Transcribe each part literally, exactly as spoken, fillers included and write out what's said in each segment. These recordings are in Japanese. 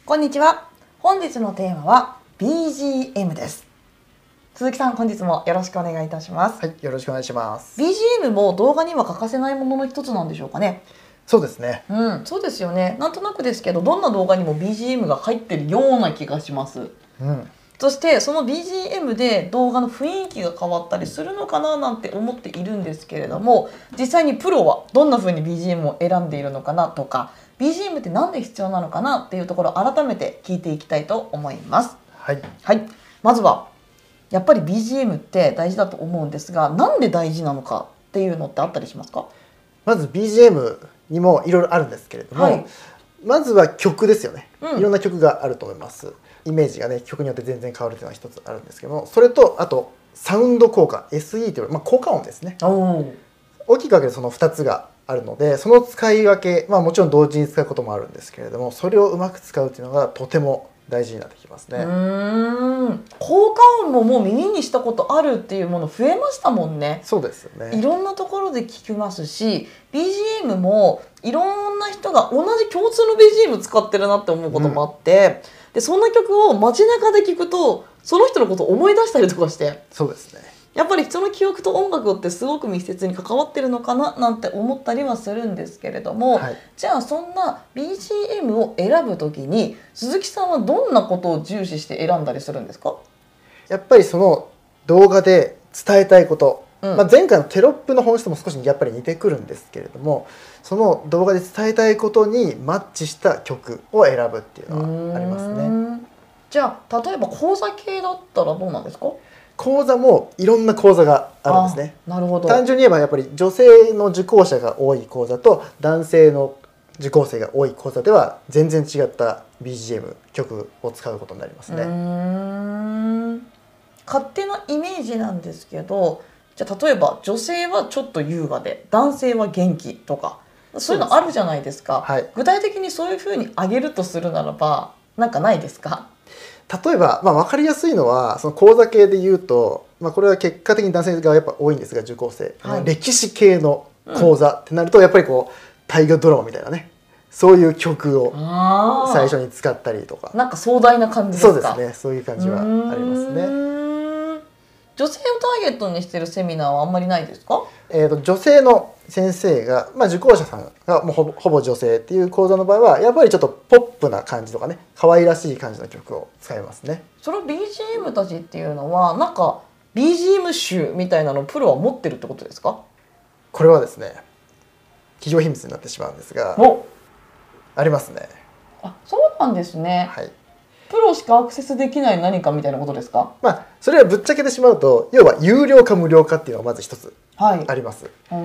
こんにちは。本日のテーマは ビージーエム です。鈴木さん、本日もよろしくお願いいたします。 はい、よろしくお願いします。 ビージーエム も動画には欠かせないものの一つなんでしょうかね。 そうですね。 うん、そうですよね。なんとなくですけど、どんな動画にも ビージーエム が入ってるような気がします。 うん。 そしてその ビージーエム で動画の雰囲気が変わったりするのかななんて思っているんですけれども、実際にプロはどんな風に ビージーエム を選んでいるのかなとか、 ビージーエム ってなんで必要なのかなっていうところを改めて聞いていきたいと思います。 はい。 はい、まずはやっぱり ビージーエム って大事だと思うんですが、なんで大事なのかっていうのってあったりしますか？ まず ビージーエム にもいろいろあるんですけれども、はい、まずは曲ですよね、うん、いろんな曲があると思います。イメージがね、曲によって全然変わるというのは一つあるんですけども、それとあとサウンド効果 エスイー という、まあ、効果音ですね。大きく分けてそのふたつがあるので、その使い分け、まあ、もちろん同時に使うこともあるんですけれども、それをうまく使うというのがとても大事になってきますね。 うーん、効果音ももう耳にしたことあるっていうもの増えましたもんね。 そうですよね。 いろんなところで聞きますし、 ビージーエム もいろんな人が同じ共通の ビージーエム 使ってるなって思うこともあって、うん、でそんな曲を街中で聞くとその人のことを思い出したりとかして、 そうですね、 やっぱり人の記憶と音楽ってすごく密接に関わってるのかななんて思ったりはするんですけれども、はい、じゃあそんな ビージーエム を選ぶときに鈴木さんはどんなことを重視して選んだりするんですか？ やっぱりその動画で伝えたいこと、うん、まあ前回のテロップの本質も少しやっぱり似てくるんですけれども、その動画で伝えたいことにマッチした曲を選ぶっていうのはありますね。 じゃあ例えば講座系だったらどうなんですか？ 講座もいろんな講座があるんですね。 なるほど。 単純に言えばやっぱり女性の受講者が多い講座と男性の受講生が多い講座では全然違った ビージーエム 曲を使うことになりますね。 うーん、勝手なイメージなんですけど、じゃあ例えば女性はちょっと優雅で男性は元気とかそういうのあるじゃないですか。はい、具体的にそういうふうに挙げるとするならばなんかないですか？ 例えば、まあ、分かりやすいのはその講座系で言うと、まあ、これは結果的に男性がやっぱ多いんですが、受講生、はい、歴史系の講座ってなると、やっぱりこう大河ドラマみたいなね、そういう曲を最初に使ったりとか、 なんか壮大な感じですか？ そうですね、そういう感じはありますね。 女性をターゲットにしているセミナーはあんまりないですか？ えーと女性の先生が、まあ、受講者さんがもうほぼ、ほぼ女性っていう講座の場合はやっぱりちょっとポップな感じとかね、可愛らしい感じの曲を使いますね。 その ビージーエム たちっていうのはなんか ビージーエム 集みたいなのをプロは持ってるってことですか？ これはですね、企業秘密になってしまうんですが、ありますね。 あ、そうなんですね。 はい。 プロしかアクセスできない何かみたいなことですか？ まあそれはぶっちゃけてしまうと、要は有料か無料かっていうのがまず一つあります。はい、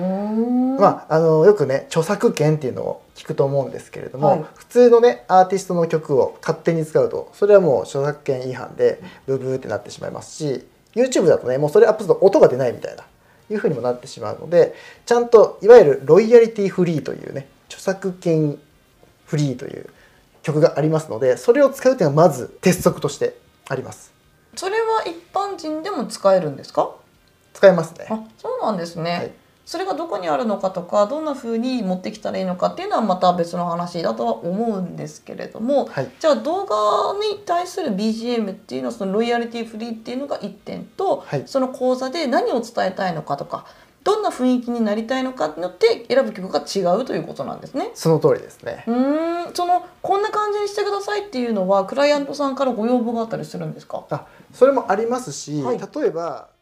まああのよくね、著作権っていうのを聞くと思うんですけれども、はい、普通のねアーティストの曲を勝手に使うとそれはもう著作権違反でブブーってなってしまいますし、 YouTube だとねもうそれアップすると音が出ないみたいないうふうにもなってしまうので、ちゃんといわゆるロイヤリティフリーというね、著作権フリーという曲がありますので、それを使うというのはまず鉄則としてあります。 それは一般人でも使えるんですか？ 使えますね。 あ、そうなんですね。はい、それがどこにあるのかとか、どんな風に持ってきたらいいのかっていうのはまた別の話だとは思うんですけれども、はい、じゃあ動画に対する ビージーエム っていうのはそのロイヤリティフリーっていうのがいってんと、はい、その講座で何を伝えたいのかとか、どんな雰囲気になりたいのかによって選ぶ曲が違うということなんですね。 その通りですね。 うーん、そのこんな感じにしてくださいっていうのはクライアントさんからご要望があったりするんですか？ あ、それもありますし、はい、例えば